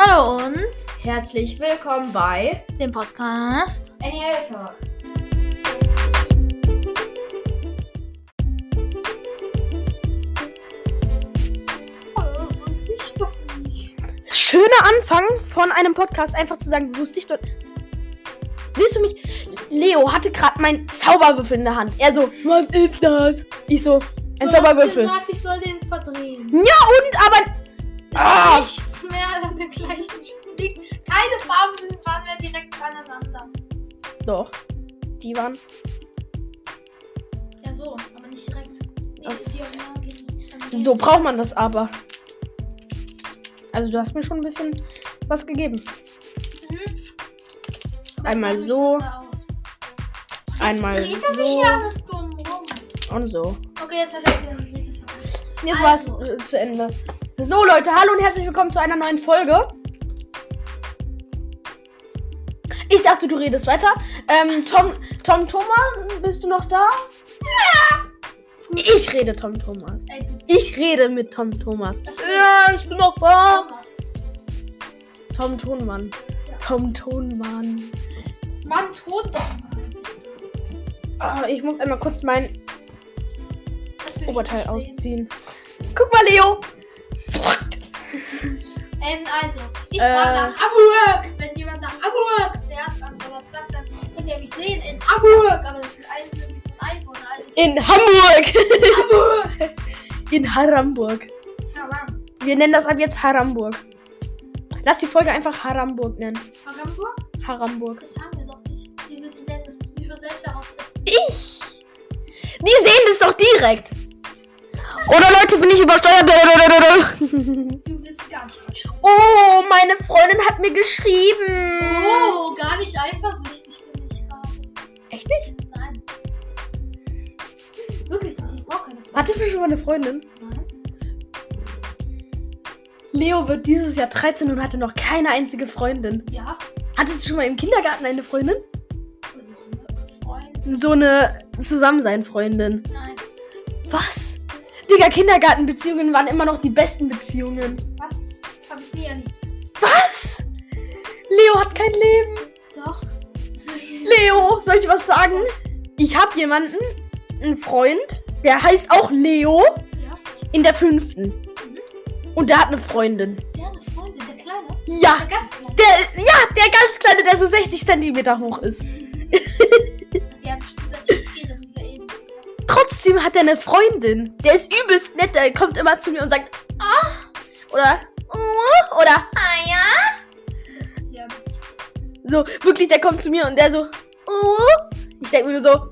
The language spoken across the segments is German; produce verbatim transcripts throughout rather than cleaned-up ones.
Hallo und herzlich willkommen bei dem Podcast N E L Talk. Oh, wusste ich doch nicht. Schöner Anfang von einem Podcast, einfach zu sagen, wusste ich doch. Willst du mich? Leo hatte gerade meinen Zauberwürfel in der Hand. Er so, was ist das? Ich so, ein du Zauberwürfel. Du hast gesagt, ich soll den verdrehen. Ja und, aber... Ist Ah. nichts mehr an der gleichen Stück. Keine Farben sind, waren mehr direkt aneinander. Doch, die waren... Ja so, aber nicht direkt. Nee, Das- ist die Original gegen- So braucht man das aber. Also du hast mir schon ein bisschen was gegeben. Mhm. Aber Einmal jetzt sah so, mich aus. Jetzt einmal dreht er sich so. hier alles dumm rum. Und so. Okay, jetzt hat er wieder gedreht, das vergessen. Jetzt Also. war's äh, zu Ende. So Leute, hallo und herzlich willkommen zu einer neuen Folge. Ich dachte, du redest weiter. Ähm, Tom, Tom Thomas, bist du noch da? Ja. Ich rede Tom Thomas. Ey, du Ich rede mit Tom Thomas. Ach so. Ja, ich bin noch da. Thomas. Tom Tonmann. Ja. Tom Tonmann. Mann, tot doch mal. Ah, ich muss einmal kurz mein Das will ich Oberteil nicht sehen. ausziehen. Guck mal, Leo. Ähm, also, ich Äh. fahre nach Hamburg. Wenn jemand nach Hamburg fährt am Donnerstag, dann könnt ihr mich sehen in Hamburg. Aber das sind eine Million Einwohner. Also In Hamburg. Hamburg. In Haramburg. Haram. Wir nennen das ab jetzt Haramburg. Lass die Folge einfach Haramburg nennen. Haramburg? Haramburg. Das haben wir doch nicht. Wie wird die nennen? Das muss ich schon selbst herausfinden. Ich? Die sehen das doch direkt. Oder Leute, bin ich übersteuert? Du bist gar nicht falsch. Oh, meine Freundin hat mir geschrieben. Oh, gar nicht eifersüchtig bin ich gerade. Echt nicht? Nein. Wirklich nicht. Ich brauche keine Freundin. Hattest du schon mal eine Freundin? Nein. Leo wird dieses Jahr dreizehn und hatte noch keine einzige Freundin. Ja. Hattest du schon mal im Kindergarten eine Freundin? Freundin. So eine Zusammensein-Freundin. Nein. Was? Digga, Kindergartenbeziehungen waren immer noch die besten Beziehungen. Was? Hab ich nie erlebt. Was? Leo hat kein Leben. Doch. Leo, soll ich was sagen? Ich habe jemanden, einen Freund, der heißt auch Leo, Ja. in der fünften. Und der hat eine Freundin. Der hat eine Freundin, der Kleine. Ja, Der ganz kleine. der, ja, der ganz kleine, der so sechzig Zentimeter hoch ist. Der hat bestimmt natürlich geht, das ist ja eben. Trotzdem hat er eine Freundin. Der ist übelst nett, der kommt immer zu mir und sagt, ah, oder, oh, oder, ah ja. Das ist ja witzig. So, wirklich, der kommt zu mir und der so, oh. Ich denke mir nur so,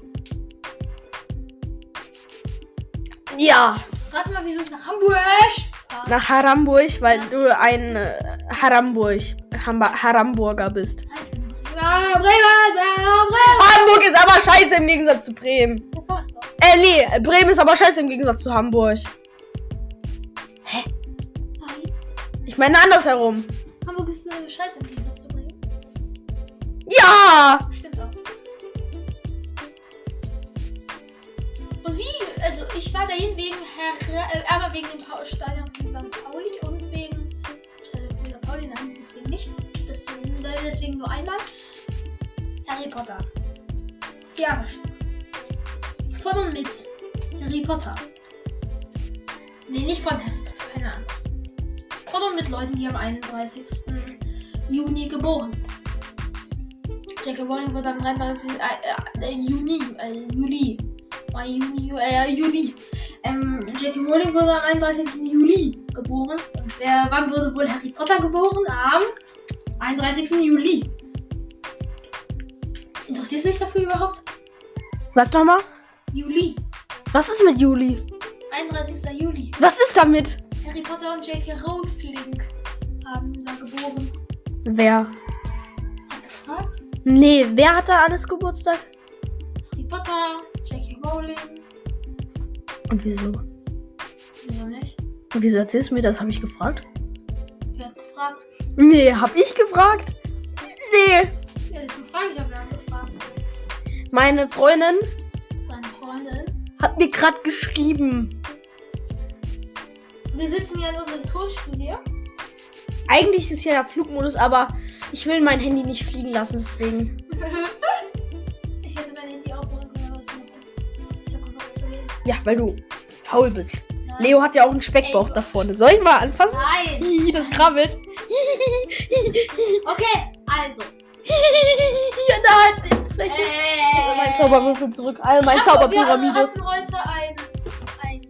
ja, Rate mal, wieso ich nach Hamburg fahre. nach Haramburg, weil Ja. du ein äh, Haramburg, Hamba, Haramburger bist. Ich bin ja, Bremen, ja, Bremen. Hamburg ist aber scheiße im Gegensatz zu Bremen. Das sag ich doch. Äh, nee, Bremen ist aber scheiße im Gegensatz zu Hamburg. Nein. Ich meine andersherum. Hamburg ist eine Scheiße im Gegensatz zu Bremen. Ja! Stimmt auch. Und wie, also ich war dahin wegen Herr, äh, aber wegen dem Pa- Stadion von Sankt Pauli und wegen Stadion von Sankt Pauli, nein, deswegen nicht. Deswegen, deswegen nur einmal. Harry Potter. Theaterstück. Von und mit Harry Potter. Nee, nicht von Harry Potter, keine Angst. Von und mit Leuten, die am einunddreißigsten Juni geboren. J K. Rowling wurde am dreiunddreißigsten Äh, äh, Juni, äh, Juli. Mai, Juni, Ju- äh, Juli. Ähm, J K. Rowling wurde am einunddreißigsten Juli geboren. Und wer, wann wurde wohl Harry Potter geboren? Am einunddreißigsten Juli. Interessierst du dich dafür überhaupt? Was nochmal? Juli. Was ist mit Juli? einunddreißigsten Juli. Was ist damit? Harry Potter und J K. Rowling haben da geboren. Wer? Hat gefragt? Nee, wer hat da alles Geburtstag? Harry Potter, J K. Rowling. Und wieso? Wieso nicht? Und wieso erzählst du mir das? Habe ich gefragt? Wer hat gefragt? Nee, hab ich gefragt? Nee. Ja, deswegen frage ich ja, wer hat gefragt. Meine Freundin Deine Freundin. hat mir gerade geschrieben. Wir sitzen hier in unserem Tonstudio. Eigentlich ist es ja Flugmodus, aber ich will mein Handy nicht fliegen lassen, deswegen. Ich hätte mein Handy auch holen können, aber es ist noch. Ich hab keinen Bock zu reden. Ja, weil du faul bist. Nein. Leo hat ja auch einen Speckbauch Ey, da vorne. Soll ich mal anfassen? Nein. Hihi, das krabbelt. Okay, also. Ja, da hat die Fläche. Äh, Mein Zauberwürfel zurück. All mein ich hab- Wir Zauberpyramide. hatten heute ein, ein,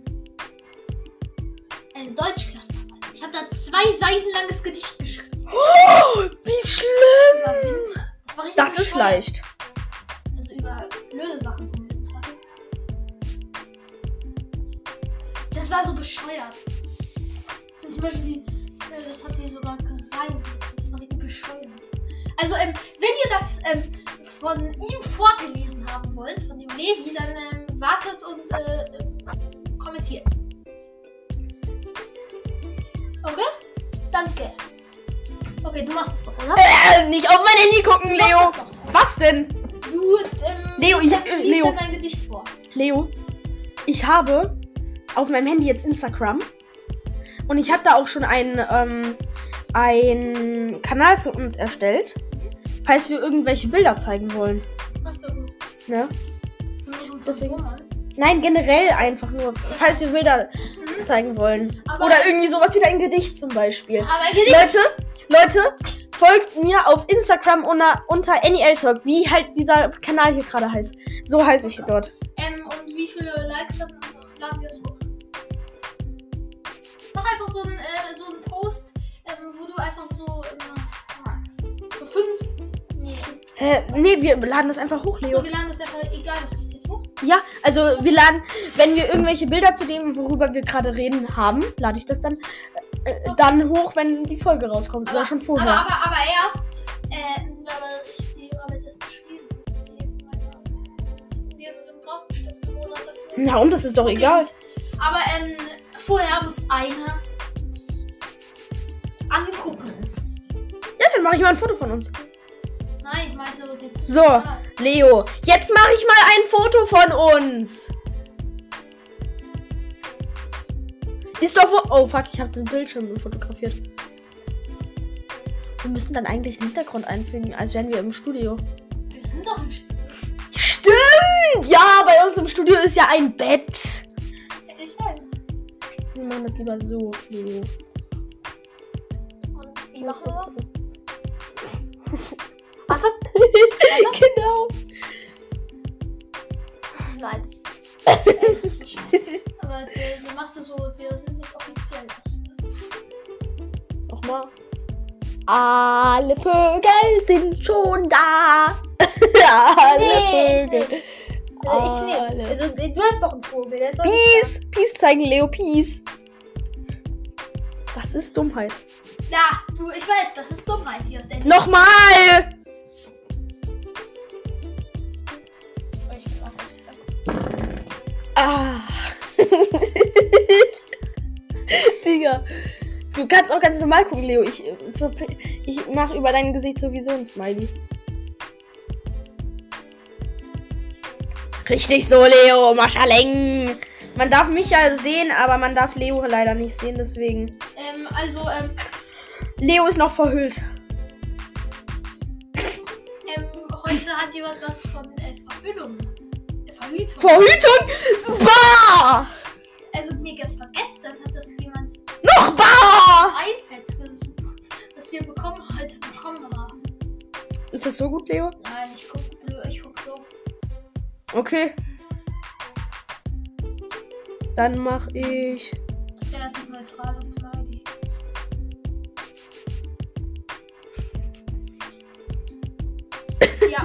ein Deutschklassenarbeit. Ich habe da zwei Seiten langes Gedicht geschrieben. Oh, wie schlimm. Über Winter. Das war richtig Das ist bescheuert. leicht. Also über blöde Sachen vom Winter. Das war so bescheuert. Und zum Beispiel, wie, äh, das hat sie sogar gereimt. Das war richtig bescheuert. Also, ähm, wenn ihr das ähm, von ihm vorgelesen haben wollt, von dem Levi, dann ähm, wartet und äh, äh, kommentiert. Okay? Danke. Okay, du machst es doch, oder? Äh, nicht auf mein Handy gucken, Du Leo. machst das doch. Was denn? Du, ähm, Leo, liest, ich- dann, äh, liest Leo. dann mein Gedicht vor. Leo, ich habe auf meinem Handy jetzt Instagram und ich habe da auch schon einen, ähm, einen Kanal für uns erstellt, falls wir irgendwelche Bilder zeigen wollen. Achso, gut. Ne? Nur so ein Deswegen- Ton. Nein, generell einfach nur, falls wir Bilder zeigen wollen. Aber- Oder irgendwie sowas wie ein Gedicht zum Beispiel. Aber Gedicht. Leute, Leute, folgt mir auf Instagram unter, unter N E L Talk, wie halt dieser Kanal hier gerade heißt. So heiße ich dort. Ähm, und wie viele Likes dann laden wir es hoch? Mach einfach so ein, äh, so ein Post, ähm, wo du einfach so immer fragst. So fünf? Nee. Hä? Nee, wir laden das einfach hoch, Leo. Also wir laden das einfach, egal was passiert, hoch. Ja, also wir laden, wenn wir irgendwelche Bilder zu dem, worüber wir gerade reden, haben, lade ich das dann äh, Okay. dann hoch, wenn die Folge rauskommt. Oder schon vorher. Aber, aber, aber erst, äh, aber ich hab die Arbeit erst geschrieben. Die, meine, wir brauchen bestimmt einen Monat dafür. Na und, das ist doch Okay, egal. gut. Aber, ähm, vorher muss einer angucken. Ja, dann mache ich mal ein Foto von uns. Nein, ich meinte so den. So, Leo, jetzt mache ich mal ein Foto von uns. Ist doch wo... Oh, fuck, ich habe den Bildschirm fotografiert. Wir müssen dann eigentlich einen Hintergrund einfügen, als wären wir im Studio. Wir sind doch im Studio. Stimmt! Ja, bei uns im Studio ist ja ein Bett. Hätte ich sagen. Wir machen das lieber so, Leo. Und wie machen wir das? Warte. Genau. Nein. Das ist so scheiße. Aber du, du machst du so, wir sind nicht offiziell. Nochmal. Alle Vögel sind schon da. Alle Nee, ich Vögel. nicht. Also ich nicht. Alle. Also du hast doch einen Vogel. Der ist doch Peace. Peace zeigen, Leo. Peace. Das ist Dummheit. Ja, du, ich weiß, das ist Dummheit hier. Denn Nochmal. Oh, ich bin auch rausgegangen. Ah. Digga. Du kannst auch ganz normal gucken, Leo. Ich, äh, verp- ich mache über dein Gesicht sowieso ein Smiley. Richtig so, Leo. Maschaleng. Man darf mich ja sehen, aber man darf Leo leider nicht sehen, deswegen. Ähm, also, ähm, Leo ist noch verhüllt. ähm, heute hat jemand was von äh, Verhüllung. Äh, Verhütung. Verhütung? Bah! Also, nee, jetzt war gestern hat das jemand Noch bah! iPad gesucht, das wir bekommen, heute bekommen haben. Ist das so gut, Leo? Nein, ich guck, ich guck so. Okay. Dann mach ich. Relativ neutrales Smiley. Ja.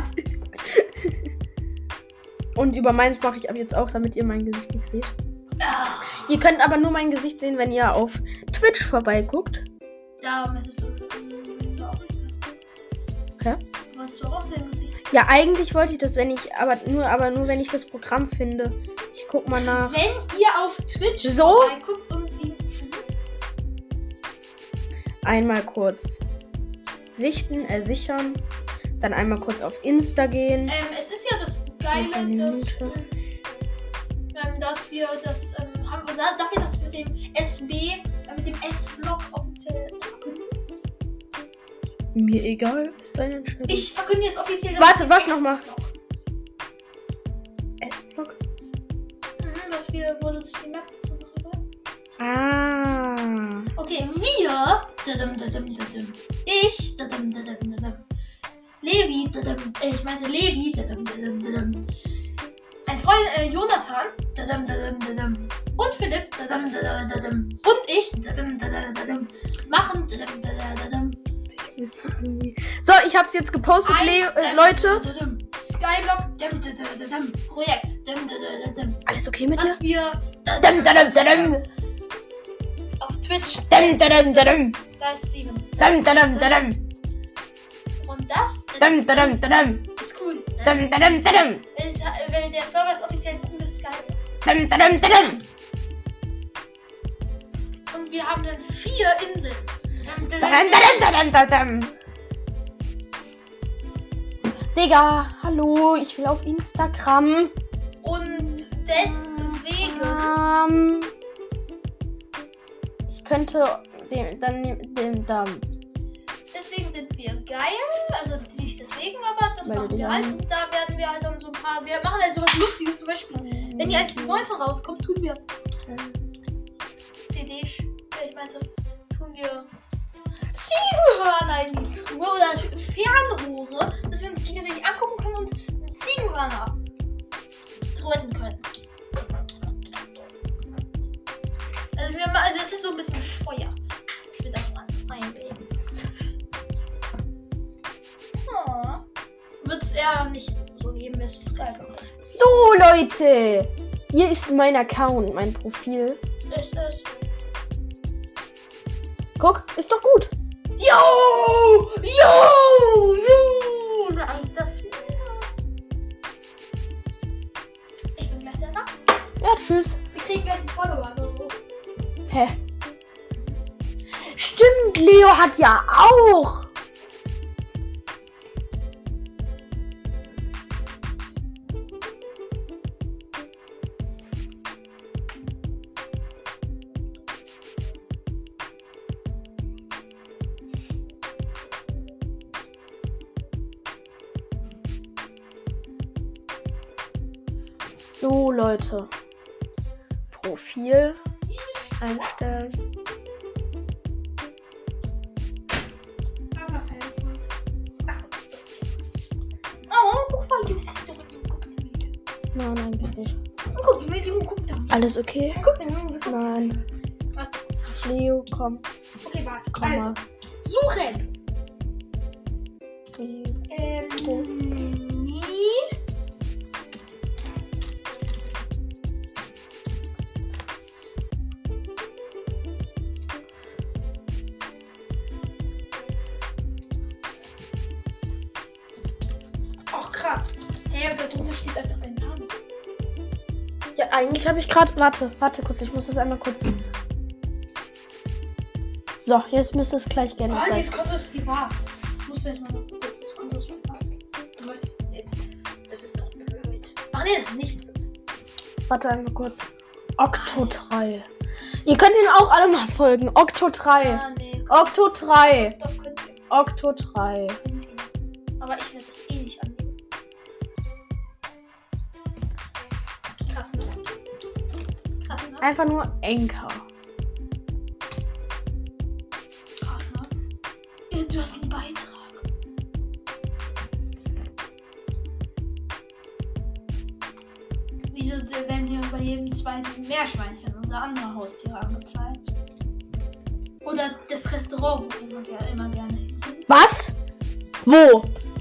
Und über meins mache ich ab jetzt auch, damit ihr mein Gesicht nicht seht. Ah, Ihr könnt aber nur mein Gesicht sehen, wenn ihr auf Twitch vorbeiguckt. da müsstest du. Da auch nicht mehr. Hä? Wolltest du auch auf dein Gesicht? Ja, eigentlich wollte ich das, wenn ich, aber nur, aber nur wenn ich das Programm finde. Ich guck mal nach. Wenn ihr auf Twitch So? guckt und ihn. Einmal kurz sichten, äh, sichern. Dann einmal kurz auf Insta gehen. Ähm, es ist ja das Noch eine Geile, dass, Minute. ähm, dass wir das ähm, haben. Darf ich das mit dem S B, äh, mit dem S-Block offiziell verkünden? Mir egal, ist deine Entscheidung. Ich verkünde jetzt offiziell, dass Warte, wir was den nochmal? S-Block, S-Block? Mhm, was wir, wo du zu die Map zu machen sollst. Ah. Okay, wir. Dadum, dadum, dadum. Ich. Dadum, dadum, dadum. Levi. Dadum, äh, ich meinte Levi. Dadum, dadum, dadum. Ein Freund, äh, Jonathan. Dadum, dadum, dadum. Und Philipp. Dadum, dadum, dadum. Und ich. Dadum, dadum, dadum. Machen. Dadum, dadum, dadum. So, ich hab's jetzt gepostet, Le äh, Leute. Skyblock. Dadum, dadum, dadum. Projekt. Dadum, dadum, dadum. Alles okay mit dir? Was wir Dadum, dadum, dadum. auf Twitch Dadum, dadum, dadum. live streamen. Dadum, dadum, dadum. Und das Dadum, dadum, dadum. ist cool. Dadum, dadum, dadum. Es, weil der Server ist offiziell cooles Skype. Dadum, dadum, dadum. Und wir haben dann vier Inseln. Dadum, dadum, dadum, dadum. Digga, hallo, ich will auf Instagram. Und deswegen. Ähm, ich könnte den, dann den Damm. Deswegen sind wir geil. Also nicht deswegen, aber das Weil machen wir wir die halt. haben. Und da werden wir halt dann so ein paar. Wir machen halt sowas Lustiges. Zum Beispiel, wenn die eins Punkt neunzehn rauskommt, tun wir C Ds. Ich meinte, tun wir Ziegenhörner in die Truhe oder Fernrohre, dass wir uns gegenseitig angucken können und Ziegenhörner tröten können. Also, wir, also es ist so ein bisschen bescheuert, dass wir da so alles reinlegen. Oh. Wird es eher nicht so geben, bis es geil ist. So, Leute. Hier ist mein Account, mein Profil. Ist es. Guck, ist doch gut. Yo! Yo! Yo! Nein, das. Ich bin gleich besser. Ja, tschüss. Wir kriegen gleich einen Follower oder so. Hä? Stimmt, Leo hat ja auch. So, Leute. Profil einstellen. Wasserfans und. Achso, lustig. Oh, guck mal, Junge, guck mal, Junge, guck mal. Nein, eigentlich nicht. Guck mal, Junge, guck mal. Alles okay? Guck mal, Junge, guck mal. Nein. Warte. Leo, komm. Okay, warte. Komm Also, mal. suchen. Leo. Ähm, nie. Och, krass. Hey, aber da drunter steht einfach dein Name. Ja, eigentlich habe ich gerade. Warte, warte kurz. Ich muss das einmal kurz. So, jetzt müsste es gleich gerne Ah, sein. dieses Konto ist privat. Das musst du erstmal noch. Das ist Konto ist privat. Du möchtest nicht. Das ist doch blöd. Ach nee, das ist nicht blöd. Warte einmal kurz. Octo drei. Ihr könnt ihn auch alle mal folgen. Octo drei. Ah, nee. Octo drei. Doch, könnt ihr. Octo drei. Könnt ihr. Aber ich werde das eh nicht annehmen. Krass, ne? Krass, ne? Einfach nur Anchor. Krass, ne? Ja, du hast einen Beitrag. Wieso werden hier bei jedem zweiten Meerschweinchen oder andere Haustiere angezeigt? Oder das Restaurant, wo man ja immer gerne hingeht. Was? Wo?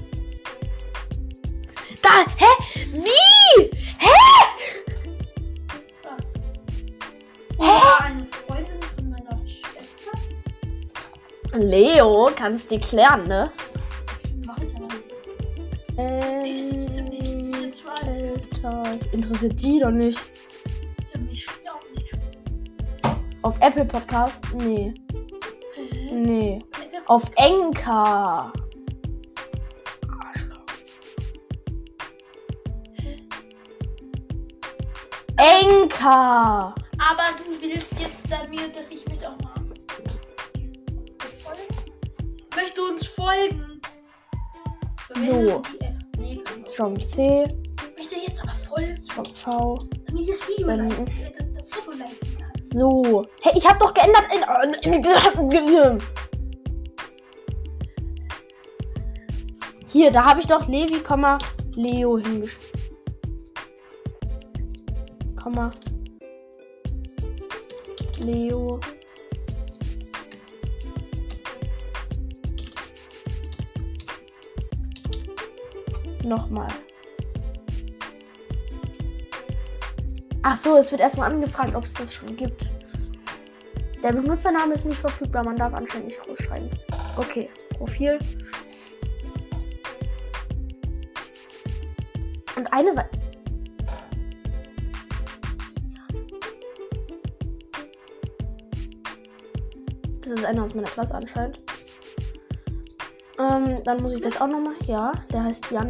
Da, hä? Wie? Hä? Was? Oder eine Freundin von meiner Schwester? Leo, kannst du klären, ne? Mach ich aber nicht. Ähm, Die ist ziemlich viel zu alt. Alltag. Interessiert die doch nicht. Ja, mich auch nicht. Auf Apple Podcast? Nee. Hä? Nee. Auf Anchor. Anchor. Aber du willst jetzt dann mir, dass ich mich auch mal. Möchtest du du uns folgen? So. Nee, kann ich. Strong C. Ich dir jetzt aber folgen. Strong V. Damit ich das Video Dann- liken, äh, das, das Foto liken kann. So. Hey, ich habe doch geändert. In, hier, da habe ich doch Levi, Komma, Leo hingeschrieben. Komma. Leo. Nochmal. Ach so, es wird erstmal angefragt, ob es das schon gibt. Der Benutzername ist nicht verfügbar, man darf anscheinend nicht groß schreiben. Okay, Profil. Und eine Weile. Das ist einer aus meiner Klasse anscheinend. Ähm, dann muss ich das auch nochmal. Ja, der heißt Jan.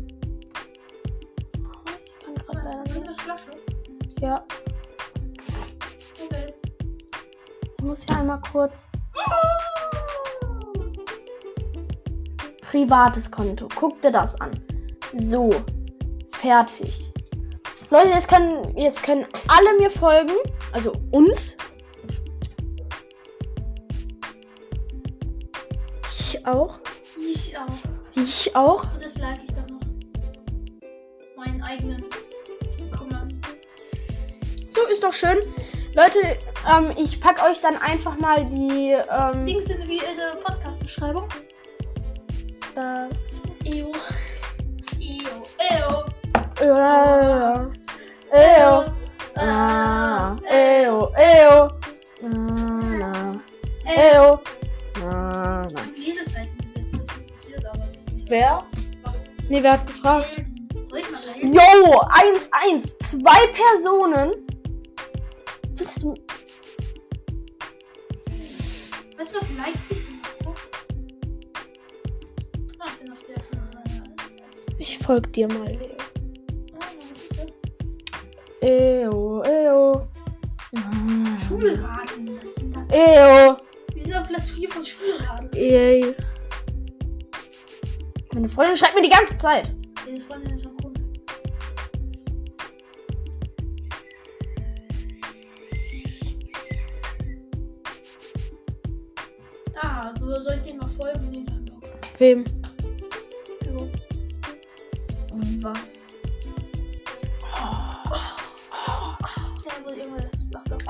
Ich kann gerade Was? leider Ist nicht. das Flasche? Ja, Okay. ich muss hier einmal kurz. Privates Konto. Guck dir das an. So. Fertig. Leute, jetzt können, jetzt können alle mir folgen. Also uns. Ich auch. Ich auch. Ich auch. Und das like ich dann noch. Meinen eigenen Comment. So, ist doch schön. Leute, ähm, ich pack euch dann einfach mal die, ähm, Dings sind wie in der Podcast-Beschreibung. das, Eo. Das Eo. Eo. äh, Eo, ah, Eo, Eo, na, na, Eo, na, na. Lesezeichen gesetzt. Das interessiert aber nicht. Wer? Nee, wer hat gefragt? Soll ich mal melden? Jo, eins, eins, zwei Personen. Willst du? Weißt du, was Leipzig gemacht hat? Ah, ich bin auf der von. Ich folg dir mal, Leo. Ah, was ist das? Eo, Eo. Na, Schulraten. Was sind das? Eo. Wir sind auf Platz vier von Schulraten. Ey. Meine Freundin schreibt mir die ganze Zeit. Deine Freundin ist so cool. Ah, wo soll ich den mal folgen? Nee, kein Bock. Wem? Jo. Was? Ja, wo irgendwas macht er.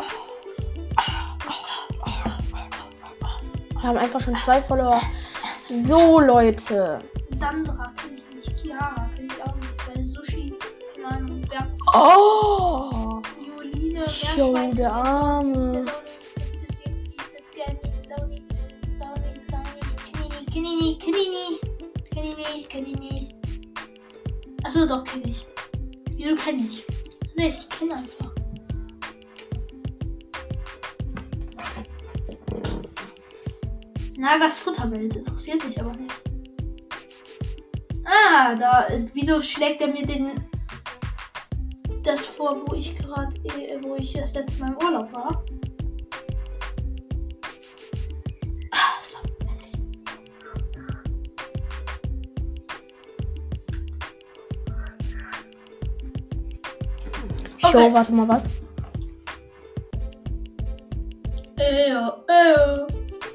Wir haben einfach schon zwei Follower. So, Leute. Sandra kenne ich nicht. Chiara kenne ich auch nicht. Weil Sushi, keine Ahnung, Berg. Oh. Violine, Jo, Meerschweinchen, der Arme. Das irgendwie, das gerne nicht, das nicht, das nicht, das nicht, kenn ich nicht, kenn ich nicht, kenn ich nicht, kenn ich nicht. Achso, doch, kenn ich. Wieso kenn ich? Nee, ich kenn einfach. Nagas Futterwelt interessiert mich aber nicht. Ah, da, äh, wieso schlägt er mir den das vor, wo ich gerade, äh, wo ich das letzte Mal im Urlaub war? Ah, so, endlich. Okay. Jo, warte mal, was? Ew, ew.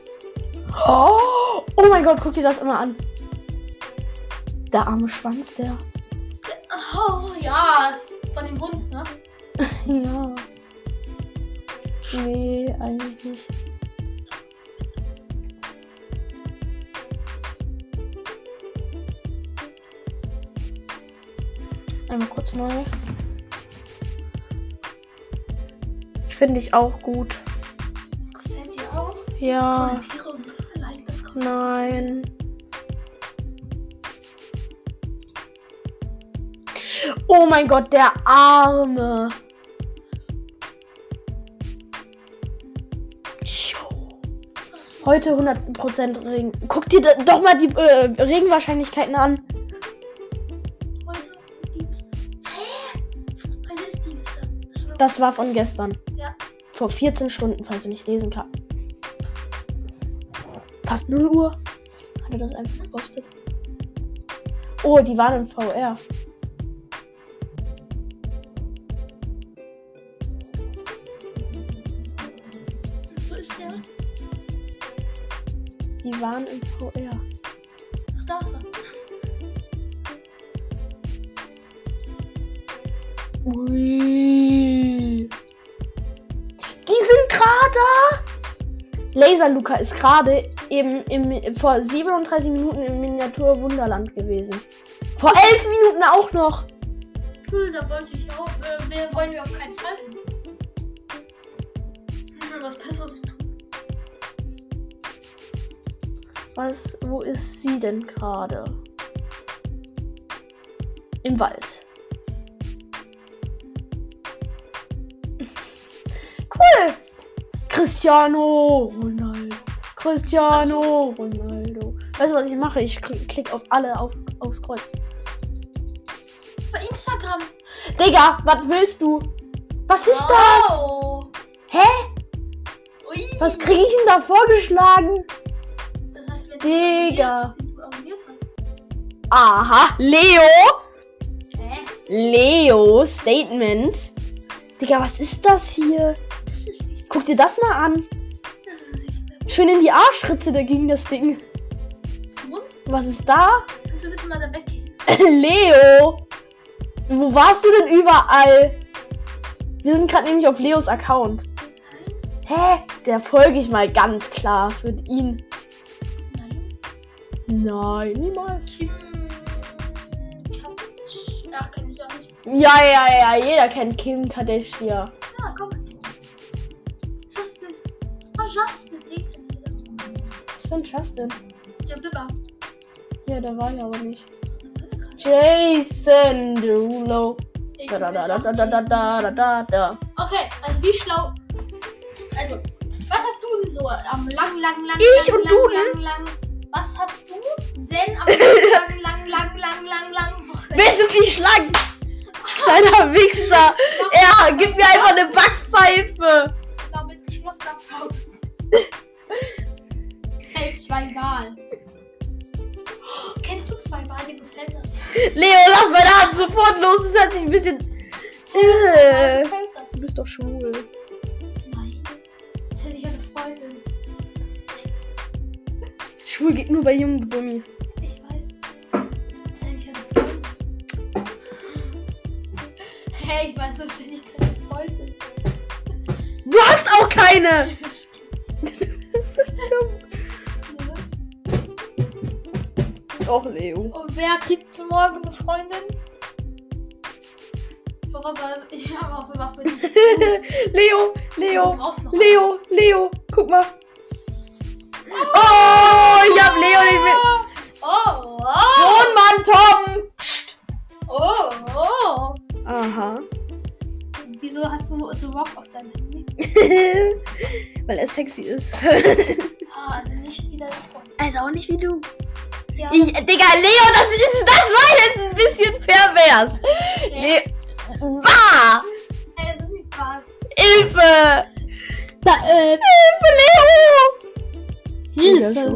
Oh, oh mein Gott, guck dir das immer an. Der arme Schwanz, der. Oh, ja, von dem Hund, ne? Ja. Nee, eigentlich nicht. Einmal kurz neu. Finde ich auch gut. Gefällt dir auch? Ja. Kommentiere und like das Kommentar. Nein. Oh mein Gott, der Arme. Heute hundert Prozent Regen. Guck dir da, doch mal die äh, Regenwahrscheinlichkeiten an. Heute Dienstag. Hä? Heute ist Dienstag. Das war, Das war von gestern. Ja. Vor vierzehn Stunden, falls du nicht lesen kannst. Fast null Uhr. mir das einfach gekostet. Oh, die waren im V R. Wo ist der? Die waren im V R. Ach, da ist er. Ui. Die sind gerade da. Laser Luca ist gerade eben im, vor siebenunddreißig Minuten im Miniatur Wunderland gewesen. Vor elf Minuten auch noch. Cool, da wollte ich auch. Äh, wir wollen wir auf keinen Fall hin. Ich will was Besseres tun. Was, wo ist sie denn gerade? Im Wald. Cool. Cristiano Ronaldo. Cristiano Ronaldo. Weißt du, was ich mache? Ich kl- klick auf alle auf, aufs Kreuz. Für Instagram. Digga, was willst du? Was ist Oh. das? Hä? Ui. Was krieg ich denn da vorgeschlagen? Das hat vielleicht Digga. abonniert, den du abonniert hast. Aha, Leo. Hä? Leo Statement. Digga, was ist das hier? Das ist nicht. Guck dir das mal an. Das ist nicht mehr. Schön in die Arschritze, da ging das Ding. Und? Was ist da? Kannst du bitte mal da weggehen? Leo. Wo warst du denn überall? Wir sind gerade nämlich auf Leos Account. Nein. Hä? Der folge ich mal ganz klar für ihn. Nein. Nein, niemals. Kim. Kardashian. Ach, kenn ich auch nicht. Ja, ja, ja, jeder kennt Kim Kardashian. Ja, komm, was ist Justin. Oh, Justin, den kennt jeder. Was für ein Justin? Ja, Bibba. Ja, der war ja aber nicht. Jason Derulo. Ich Da, da, kenn da, auch da, da, da, Jason. da, da, da, da. Okay, also wie schlau. Also, was hast du denn so am lang, lang, lang, Ich lang, und lang, du, lang, lang, was hast du denn am lang, lang, lang, lang, lang, lang Wochenende? Willst du mich schlagen? Kleiner Wichser. Ja, gib mir einfach eine Backpfeife. Genau, mit geschlossener Faust. Gefällt zweimal. Oh, kennst du zweimal, dir gefällt das? Leo, lass meine Hand sofort los. Es hört sich ein bisschen... Zweimal Äh, gefällt das. du bist doch schwul. Nein. Das hätte ich eine Freundin. Schwul geht nur bei jungen Gummi. Ich weiß. Das hätte ich eine Freundin. Hey, ich weiß, das hätte ich keine Freundin. Du hast auch keine. Das ist so dumm. Och, Leo. Und wer kriegt zum Morgen eine Freundin? Ich hoffe aber, ich habe auch immer für dich. Leo, Du Leo, brauchst noch Leo, Leo. Guck mal. Oh, ich hab Leo nicht mit. Oh, oh, Sohnmann Tom. Psst. oh, oh. Aha. Wieso hast du The Rock auf deinem Handy? Weil er sexy ist. Ah, also nicht wieder davon. Also auch nicht wie du. Ja, Ich, Digga, Leo, das ist, das war jetzt ein bisschen pervers. ja. Le bah! Hey, das ist nicht wahr. Hilfe! Da, äh, Hilfe, Leo! Hilfe.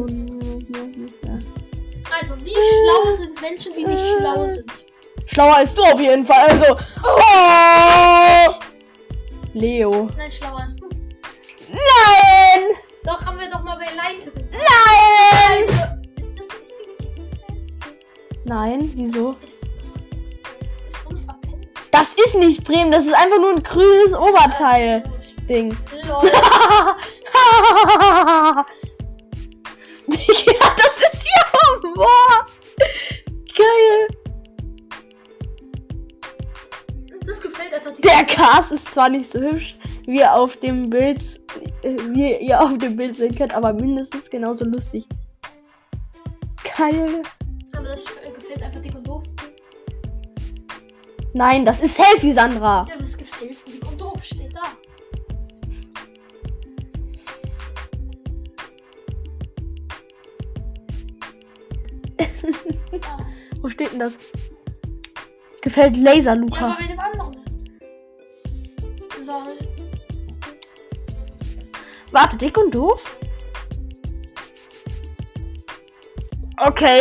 Also, wie schlau sind Menschen, die nicht schlau sind? Schlauer als du auf jeden Fall, also. Oh! Leo. Nein, schlauer als du. Nein! Doch, haben wir doch mal bei Leite gesagt. Nein! Also, ist das ist die Nein, wieso? Das ist, das ist unverkennt. Das ist nicht Bremen, das ist einfach nur ein grünes Oberteil. Ding. Lol. Ja, das ist ja Humor. Geil. Das gefällt einfach die Der Cast ist zwar nicht so hübsch, wie ihr auf dem Bild, äh, wie ihr auf dem Bild sehen könnt, aber mindestens genauso lustig. Geil. Aber das gefällt einfach dick und doof. Nein, das ist Selfie, Sandra. Ja, das gefällt dick und doof. Steht da. Ah. Wo steht denn das? Gefällt Laser Ja, Luca. aber bei dem anderen. Lol. Warte, dick und doof? Okay.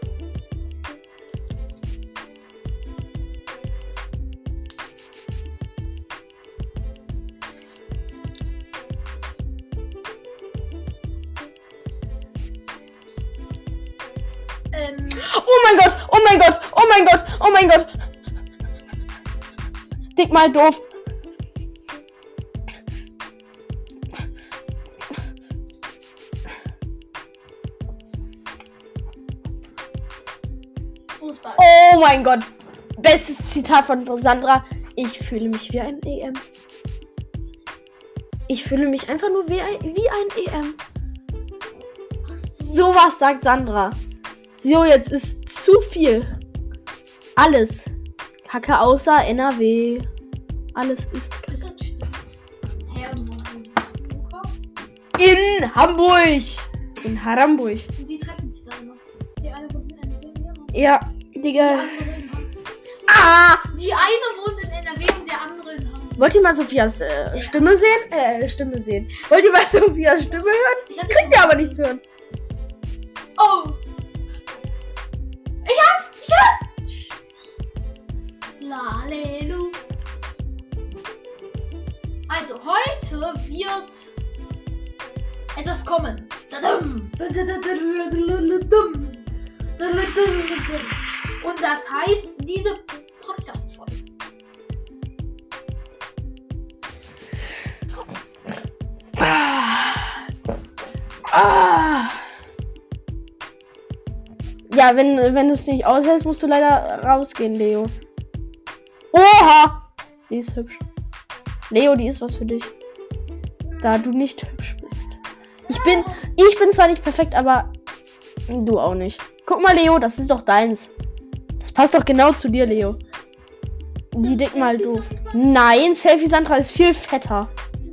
Ähm, Oh mein Gott, oh mein Gott, oh mein Gott, oh mein Gott. Dick mal doof. Fußball. Oh mein Gott. Bestes Zitat von Sandra. Ich fühle mich wie ein E M. Ich fühle mich einfach nur wie ein, wie ein E M. Ach so. Sowas sagt Sandra. So, jetzt ist zu viel. Alles. Kacke außer N R W. Alles ist Kacke. Ist das stimmt? Hamburg. In Hamburg. In Haramburg. Und die treffen sich da immer. Die eine wohnt in N R W. Die andere Ja, Digga. in Hamburg. Ah! Die eine wohnt in N R W und der andere in Hamburg. Wollt ihr mal Sophias äh, Ja. Stimme sehen? Äh, Stimme sehen. Wollt ihr mal Sophias Stimme hören? Ich hab Könnt ihr aber nicht hören. Oh! Ich hab's! Ich hab's! Lalelu. Also, heute wird etwas kommen. Dadum. Und das heißt, diese Podcast-Folge. Ah. Ah. Ja, wenn, wenn du es nicht aushältst, musst du leider rausgehen, Leo. Oha! Die ist hübsch. Leo, die ist was für dich. Da du nicht hübsch bist. Ich bin, ich bin zwar nicht perfekt, aber du auch nicht. Guck mal, Leo, das ist doch deins. Das passt doch genau zu dir, Leo. Die dick mal doof. Nein, Selfie Sandra ist viel fetter.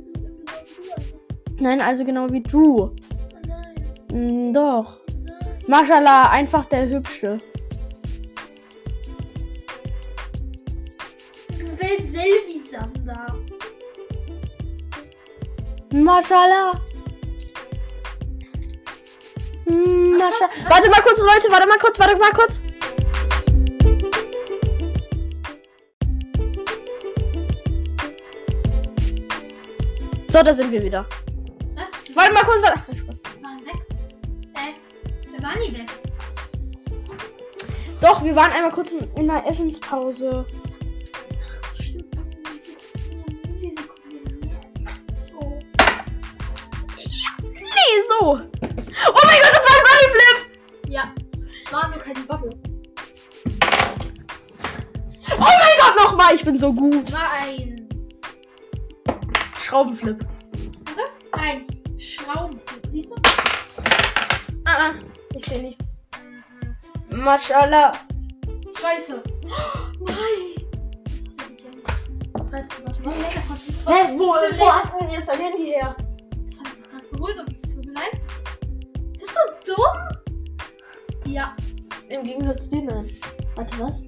Nein, also genau wie du. Mm, doch. Mashallah, einfach der Hübsche. Du willst Selvi Sander. Mashallah. Mm, Mashallah. Warte mal kurz, Leute, warte mal kurz, warte mal kurz. So, da sind wir wieder. Was? Warte mal kurz, warte. Spaß. Wir waren weg. Äh, wir waren nie weg. Doch, wir waren einmal kurz in, in einer Essenspause. Ach, so stimmt. So. Nee, so. Oh mein Gott, das war ein Bodyflip. Ja, es war nur keine Bubble. Oh mein Gott, nochmal. Ich bin so gut. Es war ein... Schraubenflip. Warte, ein Schraubenflip. Siehst du? Ah, ah, ich sehe nichts. Mashallah. Scheiße. Oh, nein. Das hast du nicht hin. Warte, warte, warte. Lecker von Hä, wo, wo hast du denn jetzt dein Handy her? Das hab ich doch gerade geholt, aber es tut mir leid. Bist du dumm? Ja. Im Gegensatz zu dir, nein. Warte, was?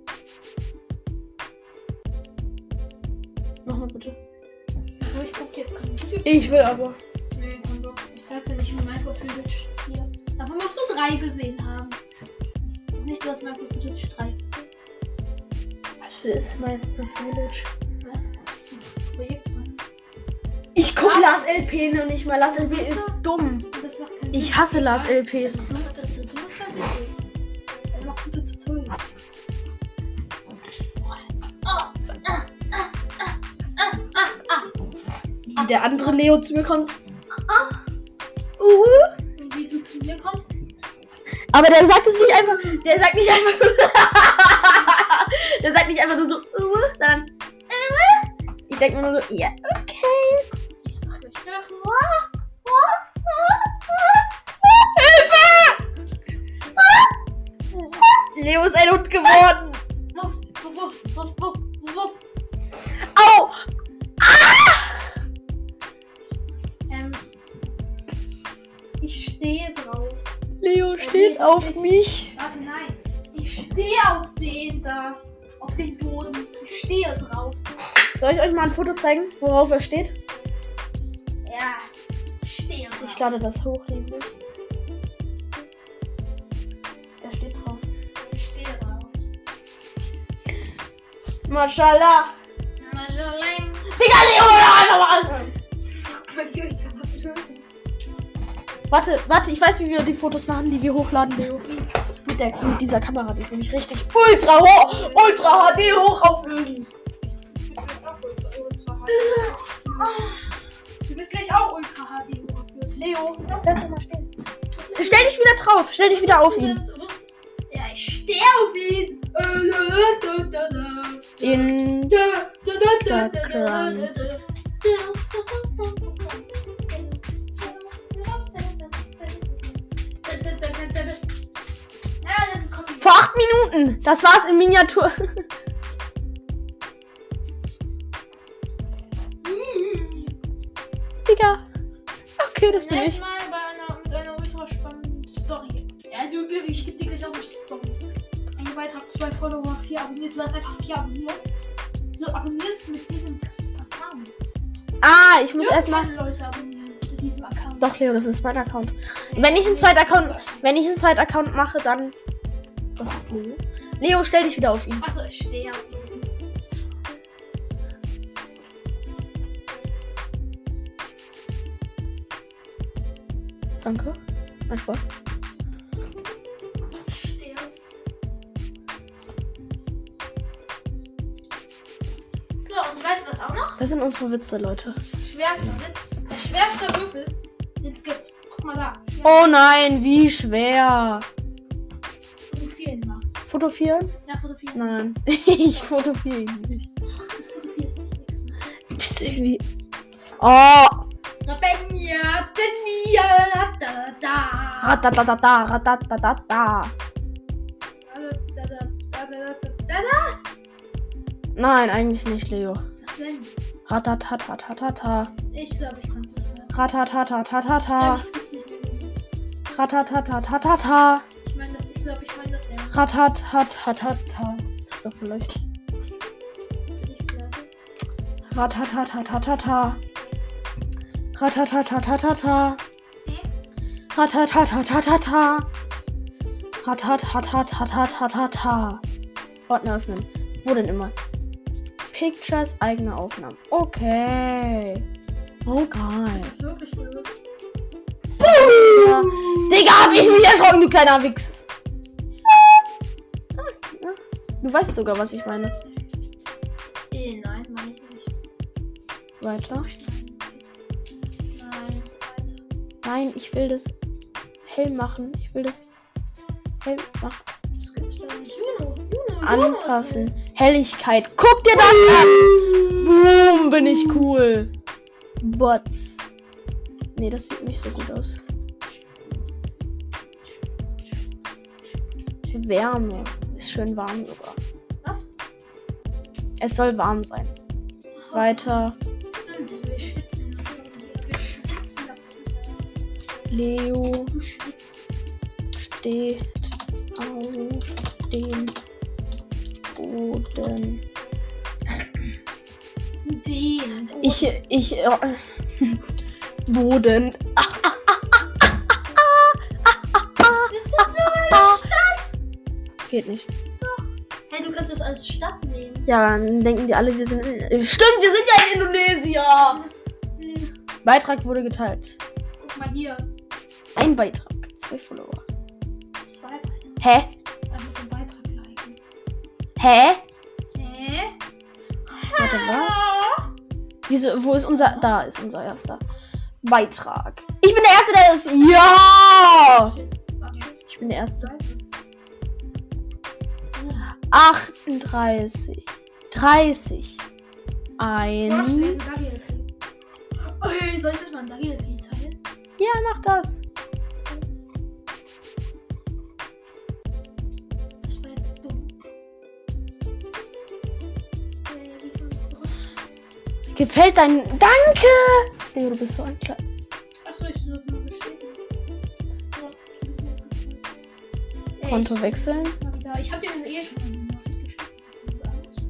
Nochmal bitte. So, ich guck jetzt kein Video. Ich will aber. Nee, komm doch. Ich zeig dir nicht, wie Minecraft Village vier. Davon musst du drei gesehen haben. Nicht, du hast Minecraft Village drei gesehen. Was für ist mein Village? Was? Projekt von. Ich guck Was? Lars L P noch nicht mal. Lars L P Siehst ist du? dumm. Das macht keinen Ich Sinn. hasse Lars weiß. L P. Also, dumm, das ist dumm, das weiß ich nicht. Er macht gute Tutorials. Wie der andere Leo zu mir kommt. Ah. Uhu. Und wie du zu mir kommst? Aber der sagt es nicht einfach. Der sagt nicht einfach. Der sagt nicht einfach nur so, uhu, sondern. Uhu. Ich denke mir nur so, ja, okay. Ich sag gleich ja. Hilfe! Leo ist ein Hund geworden. Wuff, wuff, wuff, wuff, wuff, wuff. Au! Ah! Ähm. Ich stehe drauf. Leo steht auf mich. Warte, nein. Ich stehe auf den da. Auf dem Boden. Ich stehe drauf. Soll ich euch mal ein Foto zeigen, worauf er steht? Ja. Ich stehe drauf. Ich lade das hoch, nämlich. Maschallah. Maschallah. Digga, Leo, hör einfach mal an. Guck mal hier, ich kann das lösen. Warte, warte, ich weiß, wie wir die Fotos machen, die wir hochladen, Leo. Mit, der, mit dieser Kamera, die ist nämlich richtig ultra hoch, ultra H D hochauflösend. Du bist gleich auch ultra H D hochauflösend. Leo, bleib doch mal stehen. Stell dich wieder drauf, stell dich wieder auf ihn. Ja, ich stehe auf ihn. Instagram. Vor acht Minuten. Das war's in Miniatur. Digga. Okay, das bin ich. Mal bei einer, mit einer ultra spannenden Story. Ja, du, ich geb dir gleich auch nicht Story. Ein Beitrag, zwei Follower, vier abonniert. Du hast einfach vier abonniert. So abonnierst du mit diesem Account. Ah, ich muss erstmal. Leute abonnieren mit diesem Account. Doch, Leo, das ist mein Account. Wenn ich einen zweiten Account, wenn ich einen zweiten Account mache, dann. Das ist Leo. Leo, stell dich wieder auf ihn. Achso, ich stehe auf ihn. Danke. Mein Spaß. Ich stehe auf So, und weißt du was auch noch? Das sind unsere Witze, Leute. Schwerster Witz. Der schwerste Würfel, den es gibt. Guck mal da. Oh nein, wie schwer. Fotografieren mal. Fotografieren? Ja, fotografieren. Nein. Ich fotografiere ihn nicht. Fotografieren ist nicht nix. Ne? Bist du irgendwie. Oh! Rabenia, Denia, da, da. Ratatatata, ratatatata. Nein, eigentlich nicht, Leo. Was denn? Ratatatatata. Ich glaube, ich kann das nicht. Ratatatatata. Ich weiß nicht. Ratatatatata. Ich meine das, ich glaube, ich meine das ja. Ratatatatata. Das ist doch vielleicht. Ich glaube. Ratatatatata. Ratatatatata. Hä? Ratatatatata. Ratatatatata. Ordner öffnen. Wo denn immer? Pictures, eigene Aufnahmen. Okay. Oh geil. Ich hab's wirklich gelöst. Ja. Digga, hab ich mich erschrocken, du kleiner Wichs. Du weißt sogar, was ich meine. Eh, nein, meine ich nicht. Weiter. Nein, weiter. Nein, ich will das hell machen. Ich will das hell machen. Das gibt's leider nicht. Juno, Juno, Anpassen. Helligkeit. Guck dir das an. Boom, bin ich cool. Bots. Nee, das sieht nicht so gut aus. Wärme. Ist schön warm sogar. Was? Es soll warm sein. Weiter. Stimmt, wir schwitzen. Wir schwitzen. Leo Du schwitzt. steht auf dem Boden. Den. Ich, ich, äh, Boden. Das ist so eine Stadt. Geht nicht. Hey, du kannst das als Stadt nehmen. Ja, dann denken die alle, wir sind in, stimmt, wir sind ja in Indonesien. Hm. Beitrag wurde geteilt. Guck mal hier. Ein Beitrag. Zwei Follower. Zwei Beiträge. Hä? Einfach so einen Beitrag liken. Hä? Hä? Warte, was? Wieso, wo ist unser, da ist unser erster Beitrag. Ich bin der Erste, der ist, ja! Shit. Warte. Ich bin der Erste. Seite. achtunddreißig. dreißig. Vorschläge, eins. Dagi-L P. Okay, soll ich das mal ein Dagi-L P teilen? Ja, mach das. Das war jetzt dumm. Äh, wie kommst du zurück? Gefällt dein. Danke! Leo, du bist so ein kleiner. Achso, ich sollte nur bestätigen. So, wir müssen jetzt bestätigen. Ey, Konto wechseln. ich, mal wieder- ich hab dir das eh schon mal geschickt. Angst.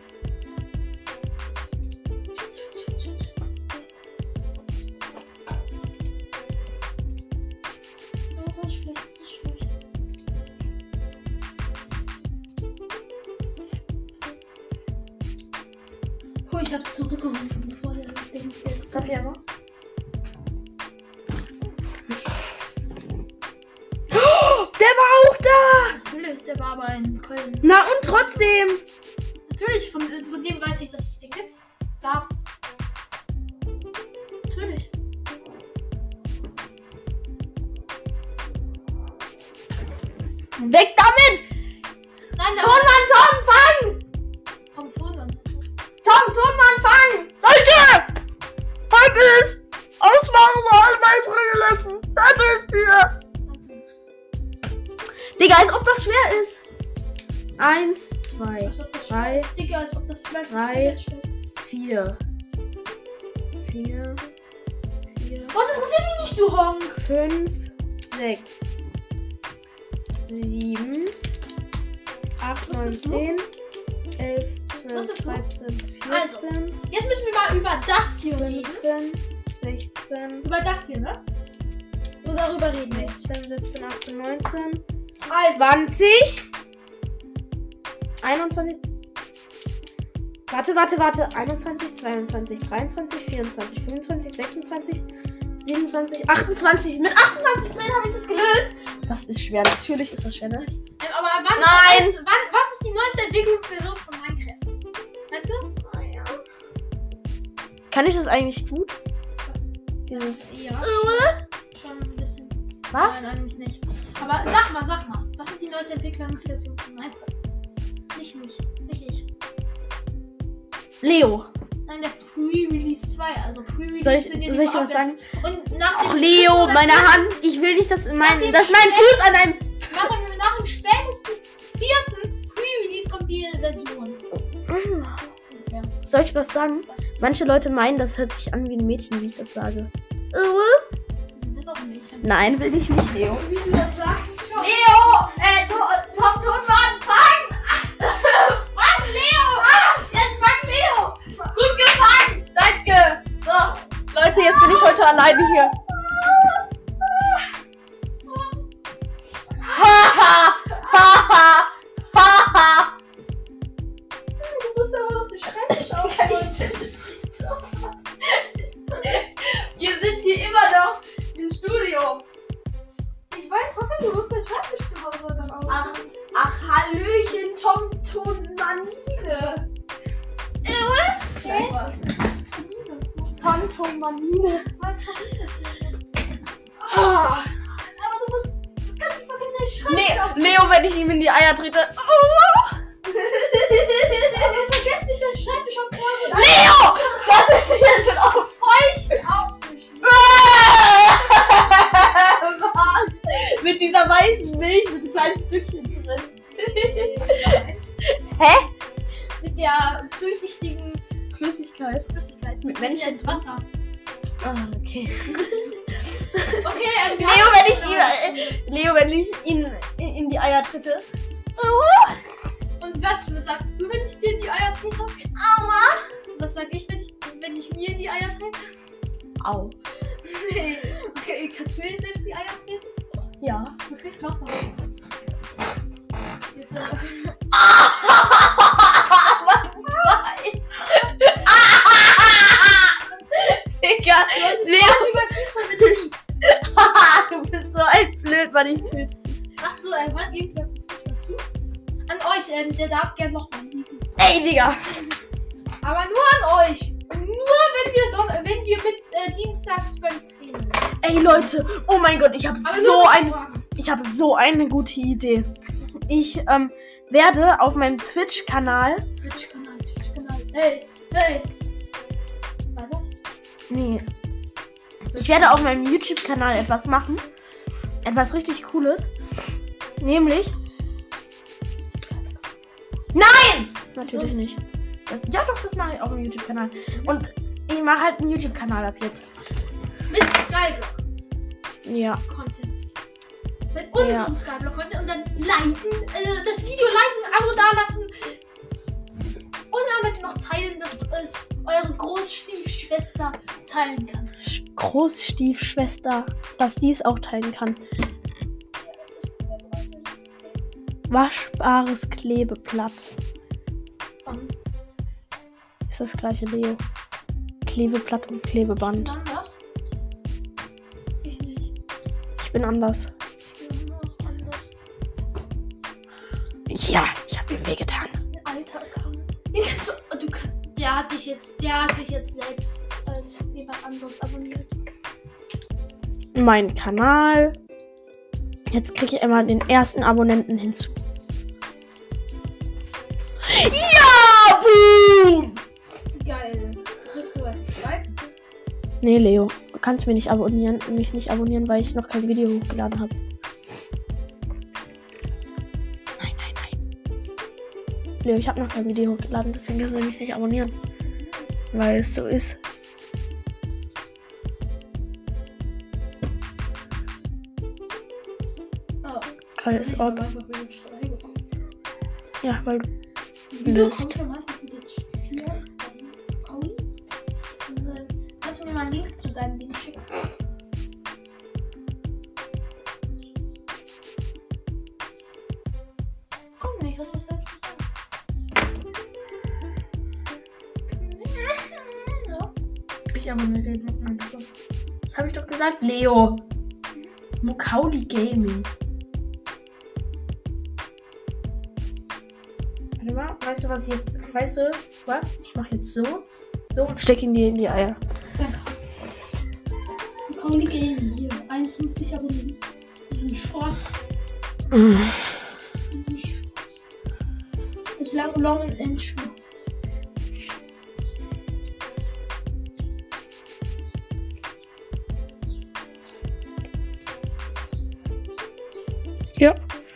Oh, das ist schlecht, das ist schlecht. ich hab's zurückgerufen, bevor der Ding ist. Darf ich aber? Oh, der war auch da! Natürlich, der war aber in Köln. Na und trotzdem! Natürlich, von, von dem weiß ich, dass es den gibt. Gab. Natürlich. Weg damit! Nein, da Tonmann, Tom, fang! Tom Tonmann. Tom, Tonmann, fang! Leute! Heute ist Ausmachen mal meine gelassen. Fertig hier! Digga, als ob das schwer ist. Eins, zwei, Als ob das drei, schwer- Digga, als ob das vielleicht drei. jetzt ist. vier. Vier. Vier. Was interessiert mich nicht, du Honk? Fünf, sechs, sieben, acht, Was neun, ist du? zehn, elf, Was zwölf, ist du? dreizehn, Also. vierzehn, Jetzt müssen wir mal über das hier reden. fünfzehn, sechzehn, Über das hier, ne? So, darüber reden wir jetzt. sechzehn, siebzehn, achtzehn, neunzehn, Also, zwanzig, einundzwanzig. Warte, warte, warte. einundzwanzig, zweiundzwanzig, dreiundzwanzig, vierundzwanzig, fünfundzwanzig, sechsundzwanzig, siebenundzwanzig, achtundzwanzig. Mit achtundzwanzig Drehen habe ich das gelöst. Das ist schwer. Natürlich ist das schwer, ne? ähm, aber wann, Nein. Was, wann, was ist die neueste Entwicklungsversion von Minecraft? Weißt du das? Kann ich das eigentlich gut? Was? Dieses. Ja, schon, schon ein bisschen. Was? Nein, eigentlich nicht. Aber sag mal, sag mal. Was ist die neueste Entwicklungsversion von Minecraft? Nicht mich. Nicht ich. Leo. Nein, der Pre-Release zwei. Also Pre-Release Soll ich, sind ja die soll ich was Vorabwärts- sagen? Und nach dem Och, Leo, dritten oder meine vierten- Hand. Ich will nicht, dass mein, Nach dem dass mein Fuß an einem. Nach dem, nach dem spätesten vierten Pre-Release kommt die Version. Ja. Soll ich was sagen? Was? Manche Leute meinen, das hört sich an wie ein Mädchen, wie ich das sage. Du bist auch ein Mädchen. Nein, will ich nicht, Leo. Wie du das sagst, schon. Leo! Äh, Tom Totmann, fang! Fang, Leo! Jetzt fang, Leo! Gut gefangen! Danke! So, Leute, jetzt bin ich heute alleine hier. Haha! Haha! Haha! Du musst aber auf den Schreibtisch aufräumen. Wir sind hier immer noch im Studio. Ich weiß trotzdem, du musst den Schreibtisch zu Hause dann aufräumen. Ach, ach, Hallöchen, Tom Tonmanine. Okay. Tom Tonmanine. Ah. Aber du musst, du kannst nicht vergessen, den Schreibtisch Nee, aufräumen. Leo, wenn ich ihm in die Eier trete. Aber vergiss nicht, den Schreibtisch aufzuräumen. Leo! Was ist hier schon auf? Feucht aufwischen. Was? Mit dieser weißen Milch mit kleinen Stückchen drin. Hä? Mit der durchsichtigen Flüssigkeit. Flüssigkeit. Mit Wenn Männchen- jetzt Wasser. Ah, okay. Okay, ähm, wir Leo, haben wenn jetzt ich schon ihn, äh, Leo, wenn ich ihn in, in die Eier trete. Und was sagst du, wenn ich dir in die Eier trete? Aua. Was sag ich, wenn ich, wenn ich mir in die Eier trete? Au. Nee. Okay, kannst du dir selbst in die Eier treten? Ja. Okay, mach mal. Jetzt, äh, Digga, du hast es Leo, Leo über Fußball, wenn du liegst. du bist so ein Blödmann, ich töte. Ach so, er hört irgendwer Fußball zu? An euch, ähm, der darf gern nochmal liegen. Ey, Digga. Aber nur an euch. Und nur wenn wir, don wenn wir mit äh, dienstags beim Training. Ey, Leute, oh mein Gott, ich habe Aber so nur ein, ich habe so eine gute Idee. Ich ähm, werde auf meinem Twitch-Kanal, Twitch-Kanal, Twitch-Kanal. Hey, hey. Weiter? nee, ich werde auf meinem YouTube-Kanal etwas machen, etwas richtig Cooles, nämlich, nein, natürlich nicht. Das, ja, doch, das mache ich auf dem YouTube-Kanal. Und ich mache halt einen YouTube-Kanal ab jetzt. Mit Skyblock Ja. Content. Mit unserem Ja. Skyblock Content und dann liken, äh, das Video liken, Abo dalassen und am besten noch teilen, dass es eure Großstiefschwester teilen kann. Großstiefschwester, dass die es auch teilen kann. Waschbares Klebeblatt. Und ist das gleiche, Leo. Klebeblatt und Klebeband. Ich bin anders. Ich nicht. Ich bin anders. Ich bin auch anders. Ja, ich habe ihm wehgetan. Ein alter Account. Den kannst du. du kann, der hat dich jetzt. Der hat sich jetzt selbst als jemand anderes abonniert. Mein Kanal. Jetzt kriege ich einmal den ersten Abonnenten hinzu. Ja, boom! Geil. Kriegst du zwei? Nee, Leo, du kannst mich nicht abonnieren, mich nicht abonnieren, weil ich noch kein Video hochgeladen habe. Nein, nein, nein. Leo, ich habe noch kein Video hochgeladen, deswegen kannst du mich nicht abonnieren. Weil es so ist. Oh. Alles Ich ob. hab einfach für den Streit geguckt. Ja, weil du Wieso bist. kommt ja manchmal jetzt vier Accounts? Also, kannst du mir mal einen Link zu deinem Ding schicken? Komm nicht, hast du selbst gesagt. Ja. Ich abonniere den noch mal. Hab ich doch gesagt, Leo. Mukauli Gaming. Warte mal, weißt du was ich jetzt. Weißt du was? Ich mach jetzt so. So und steck ihn dir in die Eier. Danke. Kauli Gaming hier. einundfünfzig Abonnenten. Das ist ein Short. Mm. Nicht Short. It's like long and short. Ja.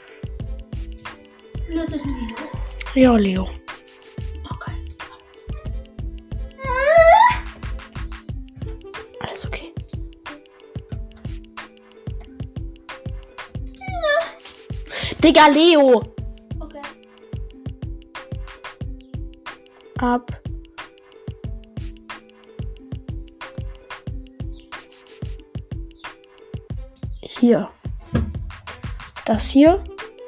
Das ist ein Video. Ja, Leo. Okay. Alles okay. Digga, Leo. Okay. Ab. Hier. Das hier.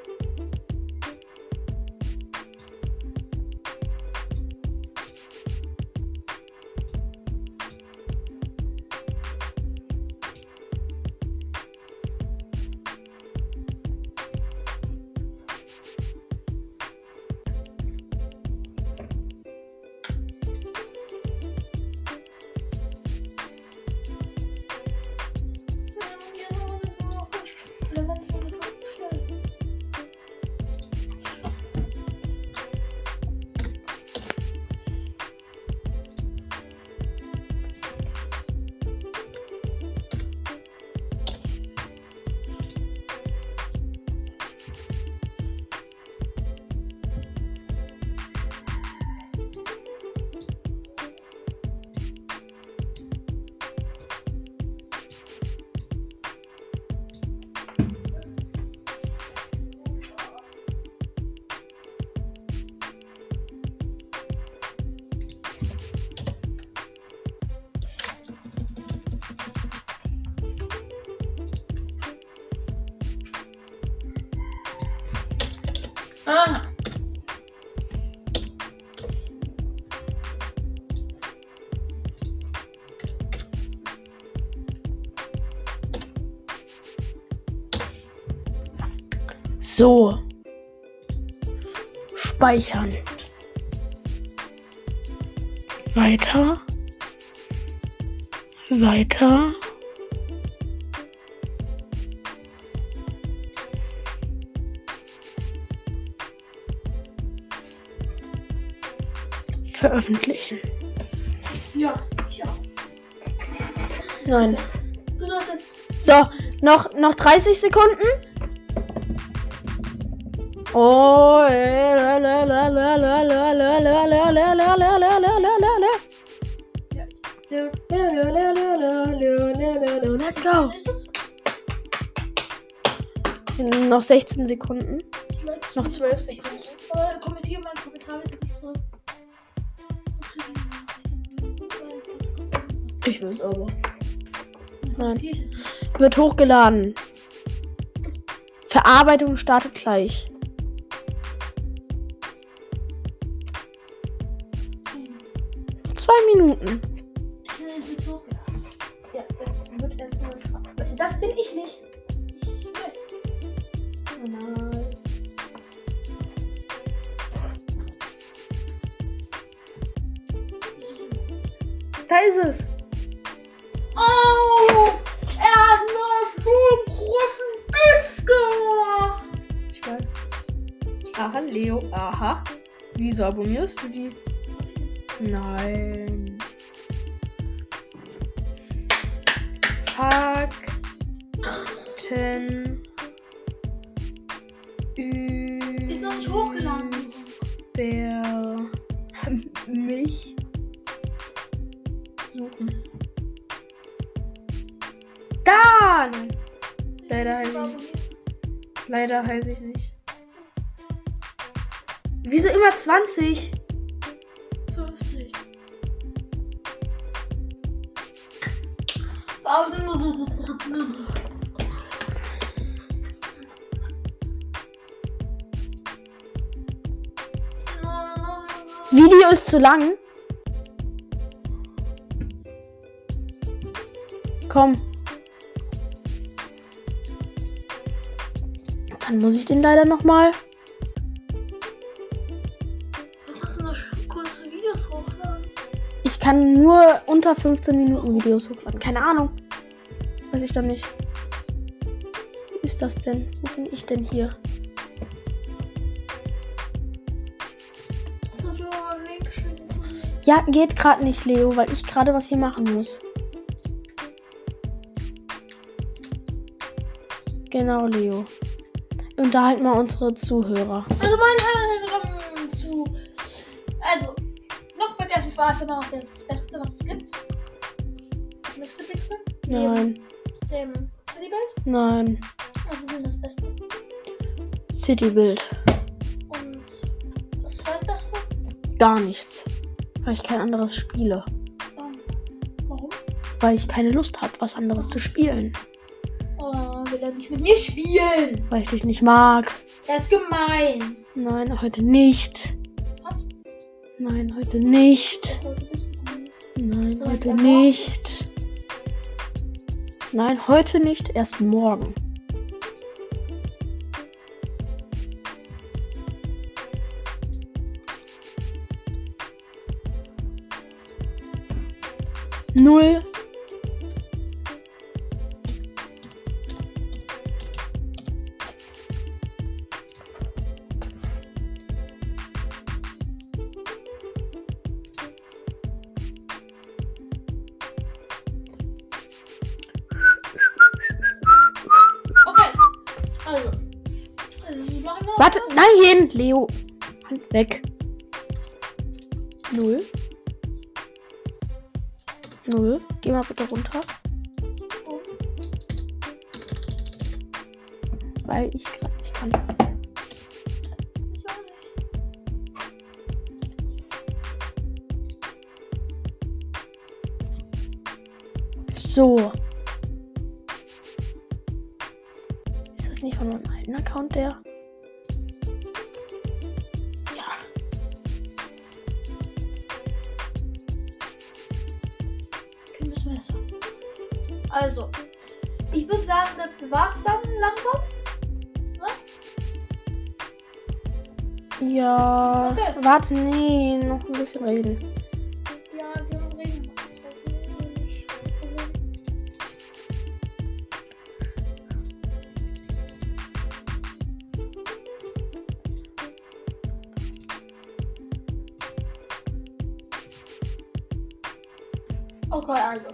Ah. So. Speichern. Weiter. Weiter. Veröffentlichen. Ja, ich auch. Nein. Du sollst jetzt. So, noch, noch dreißig Sekunden. Oh, la, la, la, la, la, la, la, la, la, la, la, la, la, la, la, la. Let's go. Ist es? Noch sechzehn Sekunden. Ich like Noch zwölf Sekunden. Aber kommentiere meinen Kommentar bitte nicht zurück. Ich will es aber. Nein. Tierchen. Wird hochgeladen. Verarbeitung startet gleich. zwei Minuten. Ich will jetzt mit so. Ja, das wird erstmal. Das bin ich nicht. Ich weiß. Normal. Da ist es. Oh! Er hat nur so einen großen Biss gemacht. Ich weiß. Aha, Leo. Aha. Wieso abonnierst du die? Nein. Fakten. Ist noch nicht hochgeladen. Über mich suchen. Da! Nein. Leider heiße ich, leider heiße ich nicht. Wieso immer zwanzig? fünfzig. Video ist zu lang. Komm. Dann muss ich den leider noch mal. Kannst du noch kurze Videos hochladen? Ich kann nur unter fünfzehn Minuten Videos hochladen. Keine Ahnung. Weiß ich doch nicht. Wo ist das denn? Wo bin ich denn hier? Kannst du auch einen Link schicken? Ja, geht gerade nicht, Leo, weil ich gerade was hier machen muss. Genau, Leo. Unterhalten mal unsere Zuhörer. Also moin, hallo, willkommen zu... Also, Knockback F F A ist immer noch das Beste, was es gibt. Das nächste Pixel? Nein. Dem Citybuild? Nein. Was ist denn das Beste? Citybuild. Und das zweitbeste? Gar nichts. Weil ich kein anderes spiele. Oh. Warum? Weil ich keine Lust habe, was anderes zu spielen. Oh, will er nicht mit mir spielen? Weil ich dich nicht mag. Er ist gemein. Nein, heute nicht. Was? Nein, heute nicht. Heute bist du gemein. Nein, Soll ich heute ja nicht. Nein, heute nicht. Erst morgen. Null. Okay. Also. Also, mach ich noch Warte, was? nein, Leo. Hand weg. Null. Null. Geh mal bitte runter. Oh. Weil ich gerade nicht kann. Ich auch nicht. So. Ist das nicht von meinem alten Account der? Ja. Okay, müssen wir jetzt. Also. Ich würde sagen, das war's dann langsam. Ja. Okay. Warte, nee, noch ein bisschen reden. Ja, wir reden noch. Nicht so Problem. Okay, also.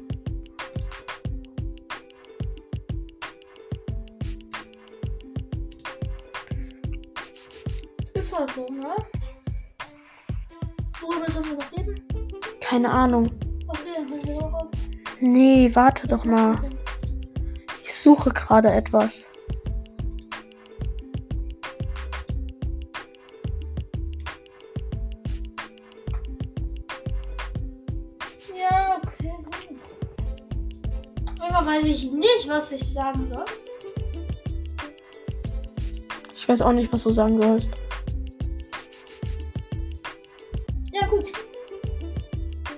Ist halt so, ne? Worüber sollen wir noch reden? Keine Ahnung. Okay, dann können wir auch auf. Nee, warte Was doch mal. machen wir denn? Ich suche gerade etwas. Ja, okay, gut. Immer weiß ich nicht, was ich sagen soll. Ich weiß auch nicht, was du sagen sollst. Ja, gut.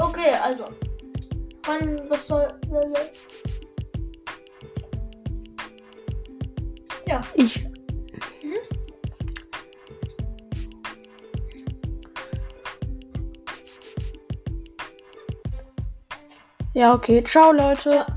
Okay, also. Wann, was soll. Ja. Ich. Mhm. Ja, okay. Ciao, Leute. Ja.